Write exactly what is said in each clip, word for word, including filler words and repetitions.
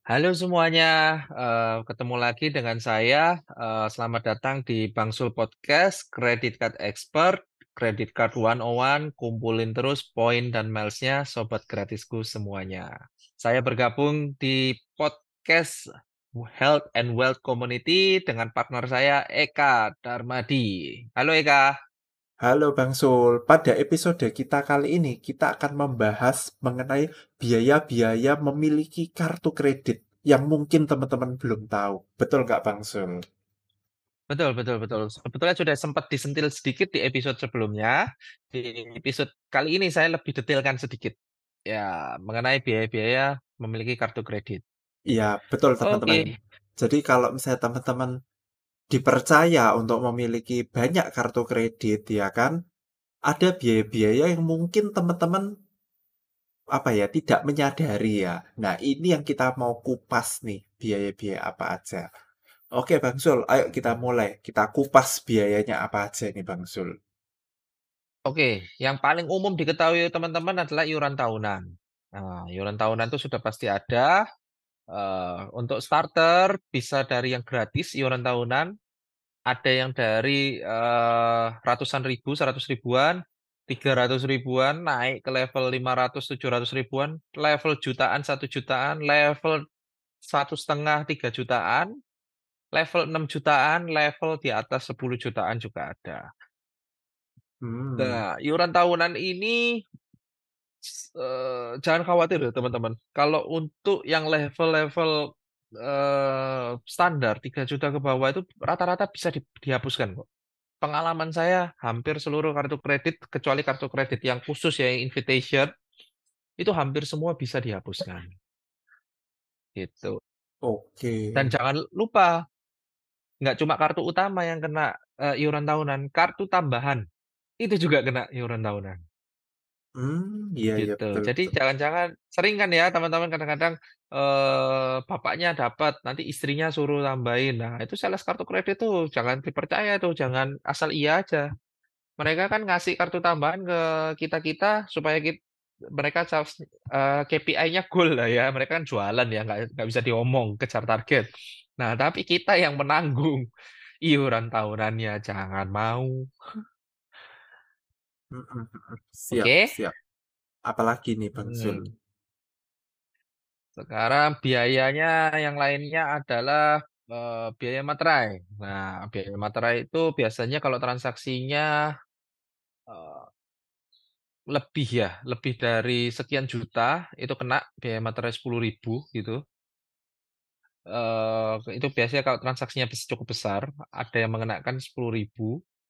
Halo semuanya, eee, ketemu lagi dengan saya, eee, selamat datang di Bangsul Podcast, Credit Card Expert, Credit Card seratus satu, kumpulin terus poin dan miles-nya sobat gratisku semuanya. Saya bergabung di podcast Health and Wealth Community dengan partner saya Eka Darmadi. Halo Eka. Halo Bang Sul, pada episode kita kali ini kita akan membahas mengenai biaya-biaya memiliki kartu kredit yang mungkin teman-teman belum tahu. Betul nggak Bang Sul? Betul betul betul. Sebetulnya sudah sempat disentil sedikit di episode sebelumnya. Di episode kali ini saya lebih detailkan sedikit. Ya, mengenai biaya-biaya memiliki kartu kredit. Iya, betul teman-teman. Oke, Jadi kalau misalnya teman-teman dipercaya untuk memiliki banyak kartu kredit, ya kan, ada biaya-biaya yang mungkin teman-teman apa ya tidak menyadari ya. Nah, ini yang kita mau kupas nih, biaya-biaya apa aja. Oke Bang Sul, ayo kita mulai. Kita kupas biayanya apa aja nih Bang Sul. oke. Yang paling umum diketahui teman-teman adalah iuran tahunan. Nah, iuran tahunan itu sudah pasti ada. Eh, untuk starter bisa dari yang gratis iuran tahunan. Ada yang dari, eee, ratusan ribu, seratus ribuan, tiga ratus ribuan, naik ke level lima ratus, tujuh ratus ribuan, level jutaan, satu jutaan, level satu setengah, tiga jutaan, level enam jutaan, level di atas sepuluh jutaan juga ada. Hmm, Nah, iuran tahunan ini, eee, jangan khawatir ya teman-teman, kalau untuk yang level-level, eee, standar tiga juta ke bawah itu rata-rata bisa di dihapuskan kok. Pengalaman saya hampir seluruh kartu kredit, kecuali kartu kredit yang khusus ya, yang invitation, itu hampir semua bisa dihapuskan, gitu. oke. Dan jangan lupa, nggak cuma kartu utama yang kena, eee, iuran tahunan, kartu tambahan, itu juga kena iuran tahunan, Hmm, iya iya gitu. betul Jadi betul. jangan-jangan sering kan ya teman-teman kadang-kadang, eee, bapaknya dapat, nanti istrinya suruh tambahin. Nah, itu sales kartu kredit tuh jangan dipercaya tuh, jangan asal iya aja. Mereka kan ngasih kartu tambahan ke kita-kita supaya kit mereka cas eee, K P I-nya goal lah ya, mereka kan jualan ya, nggak nggak bisa diomong, kejar target. Nah, tapi kita yang menanggung iuran tahunannya, jangan mau. Mhm mhm. Siap Oke? siap. Apalagi nih Bang Sul? Mhm. Sekarang biayanya yang lainnya adalah, eee, biaya materai. Nah, biaya materai itu biasanya kalau transaksinya, eee, lebih ya, lebih dari sekian juta, itu kena biaya materai sepuluh ribu gitu. Eee, itu biasanya kalau transaksinya bes cukup besar, ada yang mengenakan sepuluh ribu.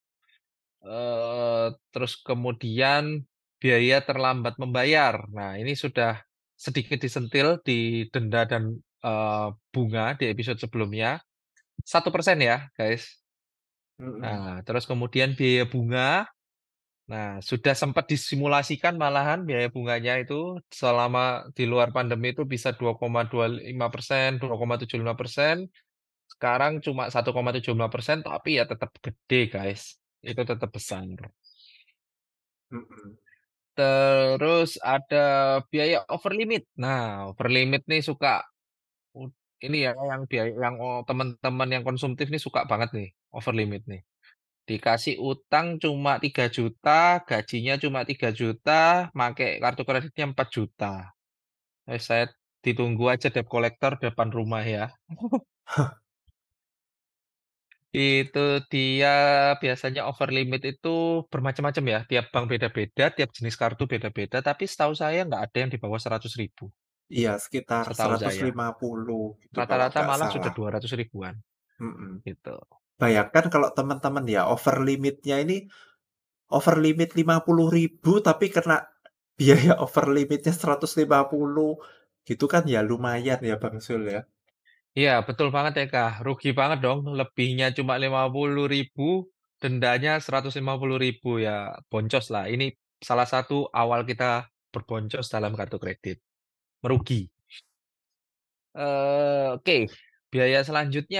Eee, terus kemudian biaya terlambat membayar. Nah, ini sudah sedikit disentil di denda dan, eee, bunga di episode sebelumnya, satu persen ya, guys. Mhm. Nah, terus kemudian biaya bunga, nah sudah sempat disimulasikan malahan biaya bunganya itu selama di luar pandemi itu bisa dua koma dua lima persen, dua koma tujuh lima persen. Sekarang cuma satu koma tujuh lima persen, tapi ya tetap gede, guys. Itu tetap besar. Mhm. Terus ada biaya over limit. Nah, over limit nih suka u ini ya, yang biaya yang, oh, teman-teman yang konsumtif nih suka banget nih, over limit nih. Dikasih utang cuma tiga juta, gajinya cuma tiga juta, make kartu kreditnya empat juta. Eh, saya ditunggu aja debt collector depan rumah ya. Itu dia biasanya over limit itu bermacam-macam ya, tiap bank beda-beda, tiap jenis kartu beda-beda, tapi setahu saya nggak ada yang di bawah seratus ribu, Iya sekitar setahu seratus saya. lima puluh gitu kalau Rata-rata nggak malah sudah salah. dua ratus ribuan, Mhm. gitu. Bayangkan kalau teman-teman ya over limitnya ini over limit lima puluh ribu tapi kena biaya over limitnya seratus lima puluh gitu kan ya lumayan ya Bang Sul ya. Iya, betul banget ya, Kak, rugi banget dong, lebihnya cuma lima puluh ribu, dendanya seratus lima puluh ribu, ya boncos lah. Ini salah satu awal kita berboncos dalam kartu kredit, merugi. Eee, oke, biaya selanjutnya,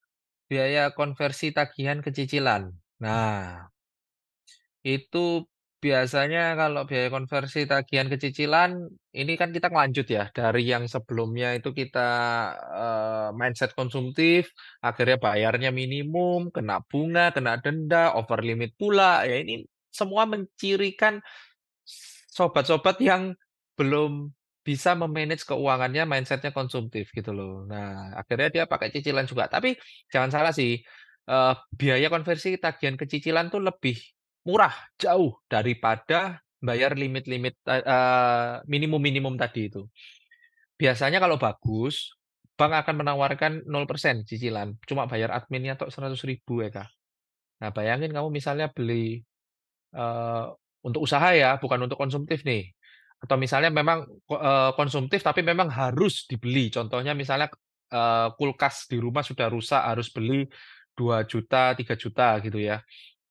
biaya konversi tagihan ke cicilan. Nah, itu biasanya kalau biaya konversi tagihan ke cicilan, ini kan kita ngelanjut ya, dari yang sebelumnya itu kita, eee, mindset konsumtif, akhirnya bayarnya minimum, kena bunga, kena denda, over limit pula, ya ini semua mencirikan sobat-sobat yang belum bisa me-manage keuangannya, mindset-nya konsumtif gitu loh. Nah, akhirnya dia pakai cicilan juga. Tapi jangan salah sih, eee, biaya konversi tagihan ke cicilan tuh lebih murah jauh daripada bayar limit-limit, eee eee, minimum-minimum tadi itu. Biasanya kalau bagus, bank akan menawarkan nol persen cicilan, cuma bayar adminnya tok seratus ribu ya, Kak. Nah, bayangin kamu misalnya beli Eee, untuk usaha ya, bukan untuk konsumtif nih. Atau misalnya memang ko eee, konsumtif tapi memang harus dibeli. Contohnya misalnya, eee, kulkas di rumah sudah rusak harus beli dua juta tiga juta gitu ya.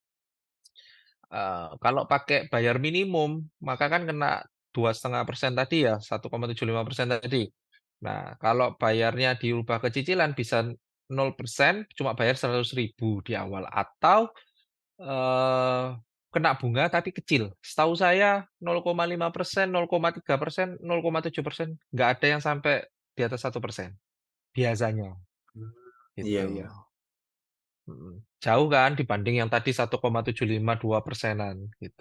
Eee, kalau pakai bayar minimum, maka kan kena dua koma lima persen tadi ya, satu koma tujuh lima persen tadi. Nah, kalau bayarnya diubah ke cicilan bisa nol persen cuma bayar seratus ribu di awal atau Eee, kena bunga tapi kecil. Setahu saya nol koma lima persen, nol koma tiga persen, nol koma tujuh persen, nggak ada yang sampai di atas satu persen biasanya, Mmm, iya gitu. iya. Mhm. Jauh kan dibanding yang tadi satu koma tujuh lima, dua persenan gitu.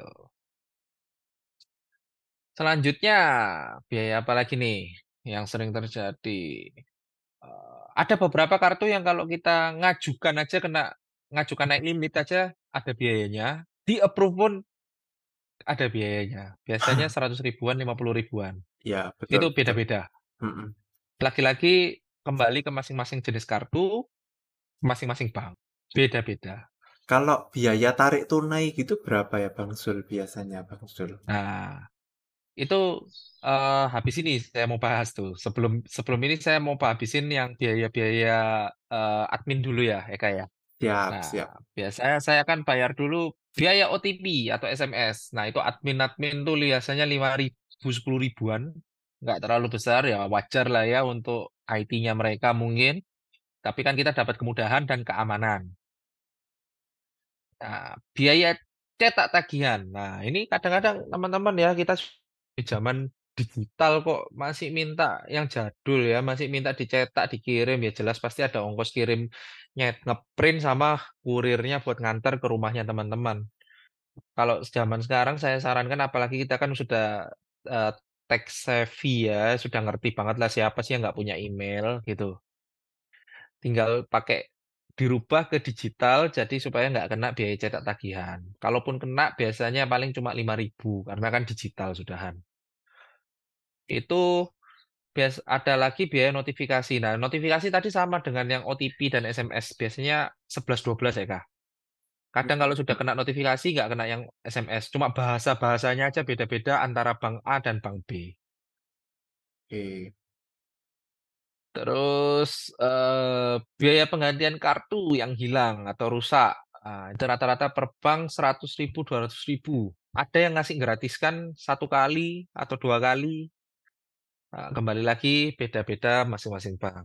Selanjutnya, biaya apa lagi nih yang sering terjadi? Eee, ada beberapa kartu yang kalau kita ngajukan aja kena ngajukan naik limit aja ada biayanya, di-approve pun ada biayanya, biasanya seratus ribuan, lima puluh ribuan, Iya, betul itu betul. beda-beda. Mhm. Lagi-lagi kembali ke masing-masing jenis kartu, masing-masing bank, beda-beda. Kalau biaya tarik tunai gitu berapa ya Bang Zul biasanya Bang Zul? Nah, itu, eee, habis ini saya mau bahas tuh, sebelum sebelum ini saya mau habisin yang biaya-biaya, eee, admin dulu ya, Eka, ya. Siap Nah, siap. biasanya saya kan bayar dulu biaya O T P atau S M S. Nah, itu admin-admin tuh biasanya lima ribu, sepuluh ribuan, nggak terlalu besar, ya wajar lah ya untuk I T-nya mereka mungkin, tapi kan kita dapat kemudahan dan keamanan. Nah, biaya cetak tagihan. Nah, ini kadang-kadang teman-teman ya, kita di zaman digital kok masih minta yang jadul ya, masih minta dicetak, dikirim, ya jelas pasti ada ongkos kirim nyet ngeprint sama kurirnya buat nganter ke rumahnya teman-teman. Kalau zaman sekarang saya sarankan apalagi kita kan sudah, eee, tech savvy ya, sudah ngerti banget lah siapa sih yang nggak punya email gitu. Tinggal pakai dirubah ke digital jadi supaya nggak kena biaya cetak tagihan. Kalaupun kena biasanya paling cuma lima ribu karena kan digital sudahan. Itu bias ada lagi biaya notifikasi. Nah, notifikasi tadi sama dengan yang O T P dan S M S, biasanya sebelas dua belas ya, Kak. Kadang kalau sudah Mhm. kena notifikasi nggak kena yang S M S, cuma bahasa-bahasanya aja beda-beda antara bank A dan bank B. Oke. Terus, eee, biaya penggantian kartu yang hilang atau rusak, ah, itu rata-rata per bank seratus ribu, dua ratus ribu. Ada yang ngasih gratiskan satu kali atau dua kali, eee, kembali lagi beda-beda masing-masing bank.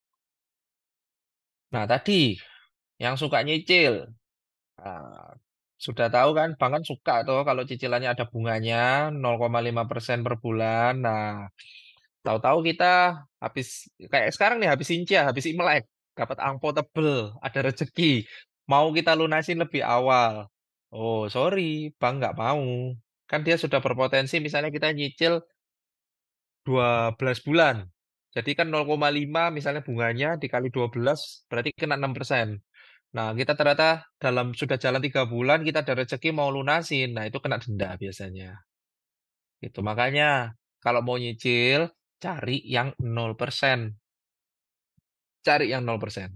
Nah tadi, yang suka nyicil, ah, sudah tahu kan bank kan suka tuh kalau cicilannya ada bunganya nol koma lima persen per bulan. Nah, tahu-tahu kita habis kayak sekarang nih habis Inca, habis Imlek, dapat angpao tebel, ada rezeki, mau kita lunasin lebih awal. Oh sorry, bank nggak mau. Kan dia sudah berpotensi misalnya kita nyicil dua belas bulan. Jadi kan nol koma lima misalnya bunganya dikali dua belas berarti kena enam persen. Nah kita ternyata dalam sudah jalan tiga bulan kita ada rezeki mau lunasin, nah itu kena denda biasanya. Itu makanya kalau mau nyicil cari yang nol persen. Cari yang nol persen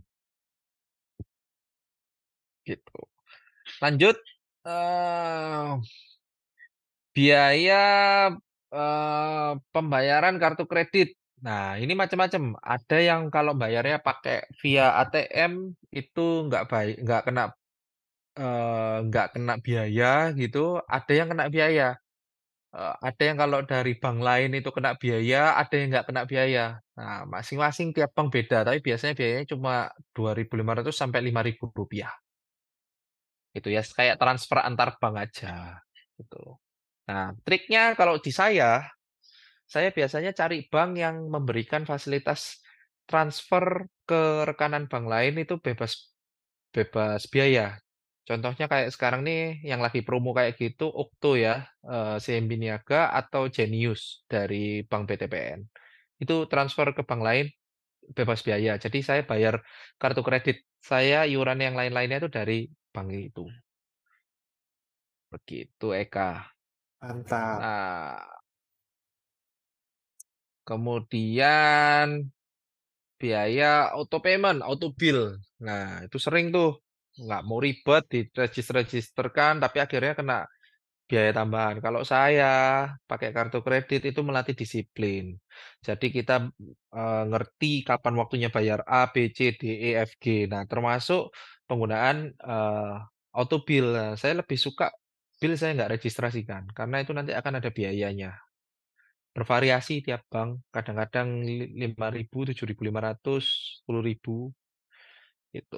gitu. Lanjut, eee, biaya, eee, pembayaran kartu kredit. Nah, ini macam-macam. Ada yang kalau bayarnya pakai via A T M itu nggak baik nggak kena, eee, nggak kena biaya gitu, ada yang kena biaya. Eee, ada yang kalau dari bank lain itu kena biaya, ada yang nggak kena biaya. Nah, masing-masing tiap bank beda, tapi biasanya biayanya cuma dua ribu lima ratus sampai lima ribu rupiah. Itu ya, kayak transfer antar bank aja. gitu. Nah, triknya kalau di saya, saya biasanya cari bank yang memberikan fasilitas transfer ke rekanan bank lain itu bebas bebas biaya. Contohnya kayak sekarang nih yang lagi promo kayak gitu Okto ya, eee, C M B Niaga atau Jenius dari Bank B T P N. Itu transfer ke bank lain bebas biaya. Jadi saya bayar kartu kredit saya, iuran yang lain-lainnya itu dari bank itu. Begitu, Eka. Mantap. Nah, kemudian biaya auto payment, auto bill. Nah, itu sering tuh, nggak mau ribet diregister-registerkan, tapi akhirnya kena biaya tambahan. Kalau saya pakai kartu kredit itu melatih disiplin. Jadi kita eh, ngerti kapan waktunya bayar A, B, C, D, E, F, G. Nah, termasuk penggunaan eh, auto bill. Nah, saya lebih suka bill saya nggak registrasikan, karena itu nanti akan ada biayanya. Bervariasi tiap bank, kadang-kadang lima ribu, tujuh ribu lima ratus, sepuluh ribu gitu.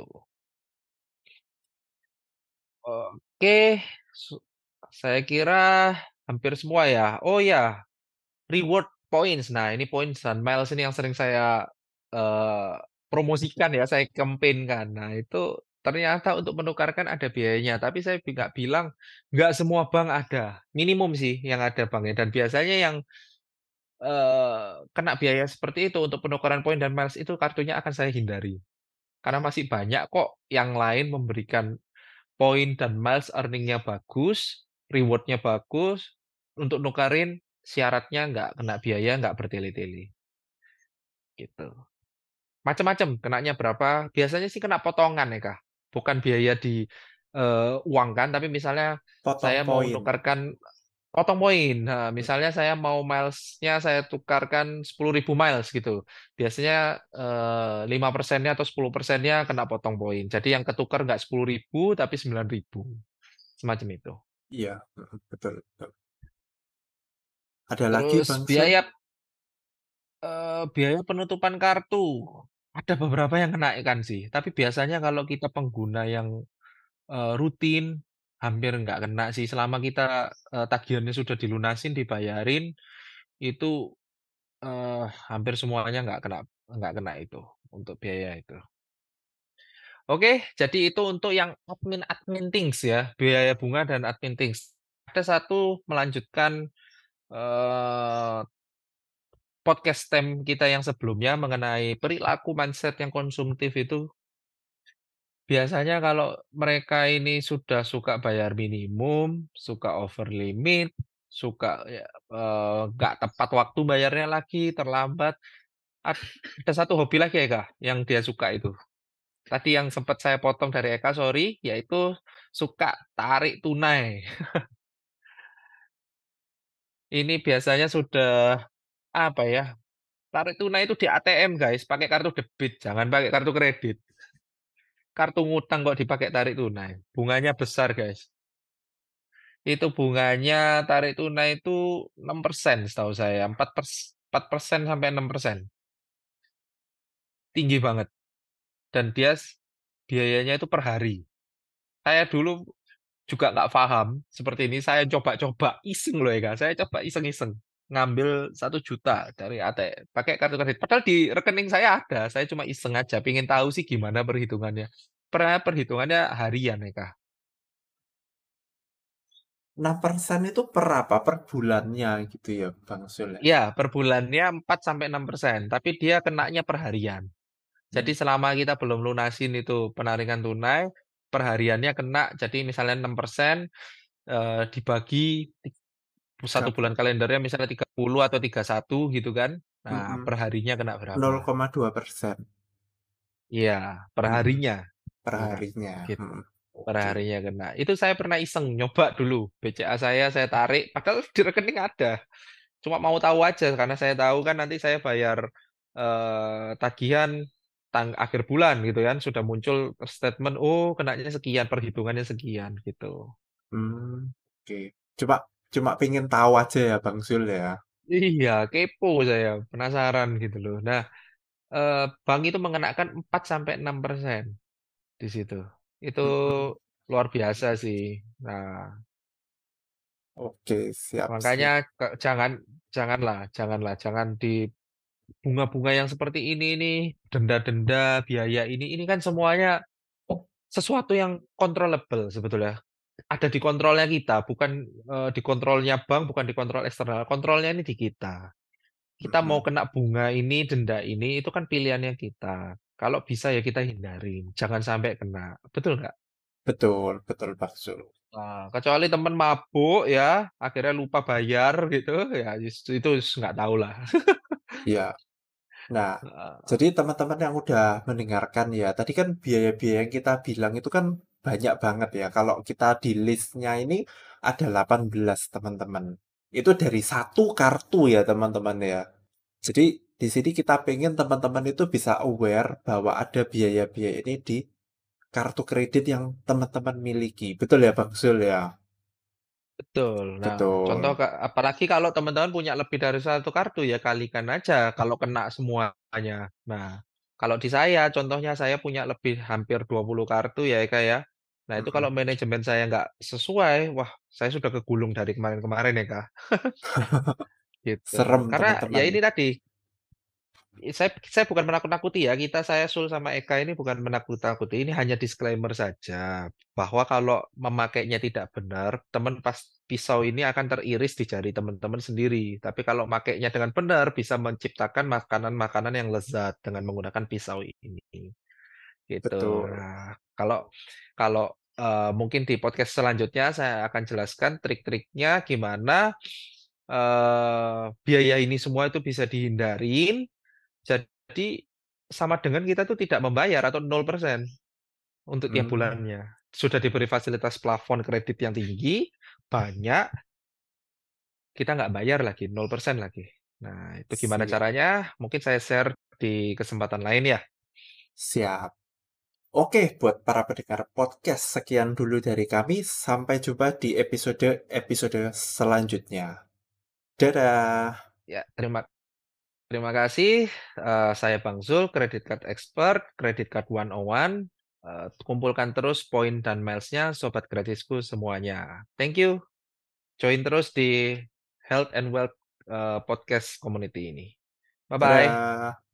Oke, su- saya kira hampir semua ya. Oh ya, reward points. Nah, ini points dan miles ini yang sering saya eh, promosikan ya, saya kampanyekan. Nah, itu ternyata untuk menukarkan ada biayanya, tapi saya bi- nggak bilang nggak semua bank ada. Minimum sih yang ada banknya. Dan biasanya yang eh, kena biaya seperti itu untuk penukaran poin dan miles itu kartunya akan saya hindari. Karena masih banyak kok yang lain memberikan poin dan miles earningnya bagus, rewardnya bagus, untuk nukarin syaratnya nggak kena biaya, nggak bertele-tele, gitu. Macam-macam, kenanya berapa? Biasanya sih kena potongan ya kak, bukan biaya di eh, uang kan, tapi misalnya Potong saya mau poin. menukarkan potong poin. Nah, misalnya saya mau miles-nya saya tukarkan sepuluh ribu miles gitu. Biasanya eh, lima persennya atau sepuluh persennya kena potong poin. Jadi yang ketukar nggak sepuluh ribu tapi sembilan ribu. Semacam itu. Iya, mm, betul, betul. Ada lagi Terus Bang Sul? biaya eh, biaya penutupan kartu. Ada beberapa yang kenaikan sih. Tapi biasanya kalau kita pengguna yang eh, rutin, hampir nggak kena sih. Selama kita eh, tagihannya sudah dilunasin, dibayarin, itu eh, hampir semuanya nggak kena nggak kena itu untuk biaya itu. Oke, jadi itu untuk yang admin-admin things ya, biaya bunga dan admin things. Ada satu melanjutkan eh, podcast tem kita yang sebelumnya mengenai perilaku mindset yang konsumtif itu biasanya kalau mereka ini sudah suka bayar minimum, suka over limit, suka ya, eh, nggak tepat waktu bayarnya lagi, terlambat. Ad- Ada satu hobi lagi ya Kak, yang dia suka itu. Tadi yang sempat saya potong dari Eka, sorry, yaitu suka tarik tunai. Ini biasanya sudah apa ya? Tarik tunai itu di A T M guys, pakai kartu debit, jangan pakai kartu kredit. Kartu ngutang kok dipakai tarik tunai. Bunganya besar guys. Itu bunganya tarik tunai itu enam persen setahu saya, empat persen, empat persen sampai enam persen. Tinggi banget. Dan dia s- biayanya itu per hari. Saya dulu juga nggak paham seperti ini. Saya coba-coba iseng loh ya kak. Saya coba iseng-iseng ngambil satu juta dari A T M pakai kartu kredit. Padahal di rekening saya ada. Saya cuma iseng aja, pengen tahu sih gimana perhitungannya. Per perhitungannya harian ya kak. Enam persen itu per apa? Per bulannya gitu ya Bang Sul ya? Ya, per bulannya empat sampai enam persen, tapi dia kenanya per harian. Jadi Hmm, selama kita belum lunasin itu penarikan tunai, per hariannya kena. Jadi misalnya enam persen eh, dibagi satu bulan tiga puluh. kalendernya misalnya tiga puluh atau tiga puluh satu gitu kan. Nah, Mm-mm. per harinya kena berapa? nol koma dua persen. Iya, per Mm-mm. harinya Per kena. harinya. Gitu. Mm. Per Oke. harinya kena. Itu saya pernah iseng nyoba dulu. B C A saya saya tarik, padahal di rekening ada. Cuma mau tahu aja karena saya tahu kan nanti saya bayar eh, tagihan tang akhir bulan gitu kan. Sudah muncul statement, oh kenanya sekian, perhitungannya sekian gitu. Hmm, oke. Coba cuma pengen tahu aja ya Bang Sul ya. Iya, kepo saya, penasaran gitu loh. Nah, eh, bank itu mengenakan empat sampai enam persen di situ. Itu Mm-mm. luar biasa sih. Nah, Oke, siap Makanya siap. ke jangan janganlah janganlah, jangan di bunga-bunga yang seperti ini nih, denda-denda, biaya ini ini kan semuanya sesuatu yang controllable sebetulnya. Ada di kontrolnya kita, bukan, eee, di kontrolnya bank, bukan di kontrol eksternal, kontrolnya ini di kita. Kita mau Mhm. kena bunga ini, denda ini, itu kan pilihannya kita. Kalau bisa ya kita hindarin, jangan sampai kena, betul nggak? Betul betul, Bang Zul. Nah, kecuali temen mabuk ya, akhirnya lupa bayar gitu, ya is itu s nggak tahulah. Iya. Nah, Heeh, jadi teman-teman yang udah mendengarkan ya, tadi kan biaya-biaya yang kita bilang itu kan banyak banget ya. Kalau kita di list-nya ini ada delapan belas teman-teman. Itu dari satu kartu ya teman-teman ya. Jadi di sini kita pengen teman-teman itu bisa aware bahwa ada biaya-biaya ini di kartu kredit yang teman-teman miliki. Betul ya Bang Zul ya? betul. Nah, contoh Betul. Kak, apalagi kalau teman-teman punya lebih dari satu kartu ya kalikan aja kalau kena semuanya. Nah, kalau di saya contohnya saya punya lebih hampir dua puluh kartu ya Kak ya. Nah, itu kalau Mhm. manajemen saya nggak sesuai, wah saya sudah kegulung dari kemarin-kemarin ya Kak, gitu. Serem Karena ya teman-teman. ini tadi, I saya saya bukan menakut-nakuti ya, kita saya Sul sama Eka ini bukan menakut-nakuti, ini hanya disclaimer saja, bahwa kalau memakainya tidak benar, teman pas pisau ini akan teriris di jari teman-teman sendiri. Tapi kalau makainya dengan benar, bisa menciptakan makanan-makanan yang lezat dengan menggunakan pisau ini, gitu. Betul. Nah, kalau kalau, eee, mungkin di podcast selanjutnya saya akan jelaskan trik-triknya gimana, eee, biaya ini semua itu bisa dihindarin, jadi sama dengan kita tuh tidak membayar atau nol persen untuk tiap Hmm, bulannya. Sudah diberi fasilitas plafon kredit yang tinggi, banyak, kita nggak bayar lagi, nol persen lagi. Nah, itu gimana siap. caranya? Mungkin saya share di kesempatan lain ya. Siap. Oke, buat para pendengar podcast, sekian dulu dari kami. Sampai jumpa di episode-episode selanjutnya. Dadah. Ya, terima terima kasih. Eh, saya Bang Zul, Credit Card Expert, Credit Card seratus satu. Eh, kumpulkan terus poin dan milesnya, sobat gratisku semuanya. Thank you. Join terus di Health and Wealth eh, podcast community ini. Bye-bye. Dadah.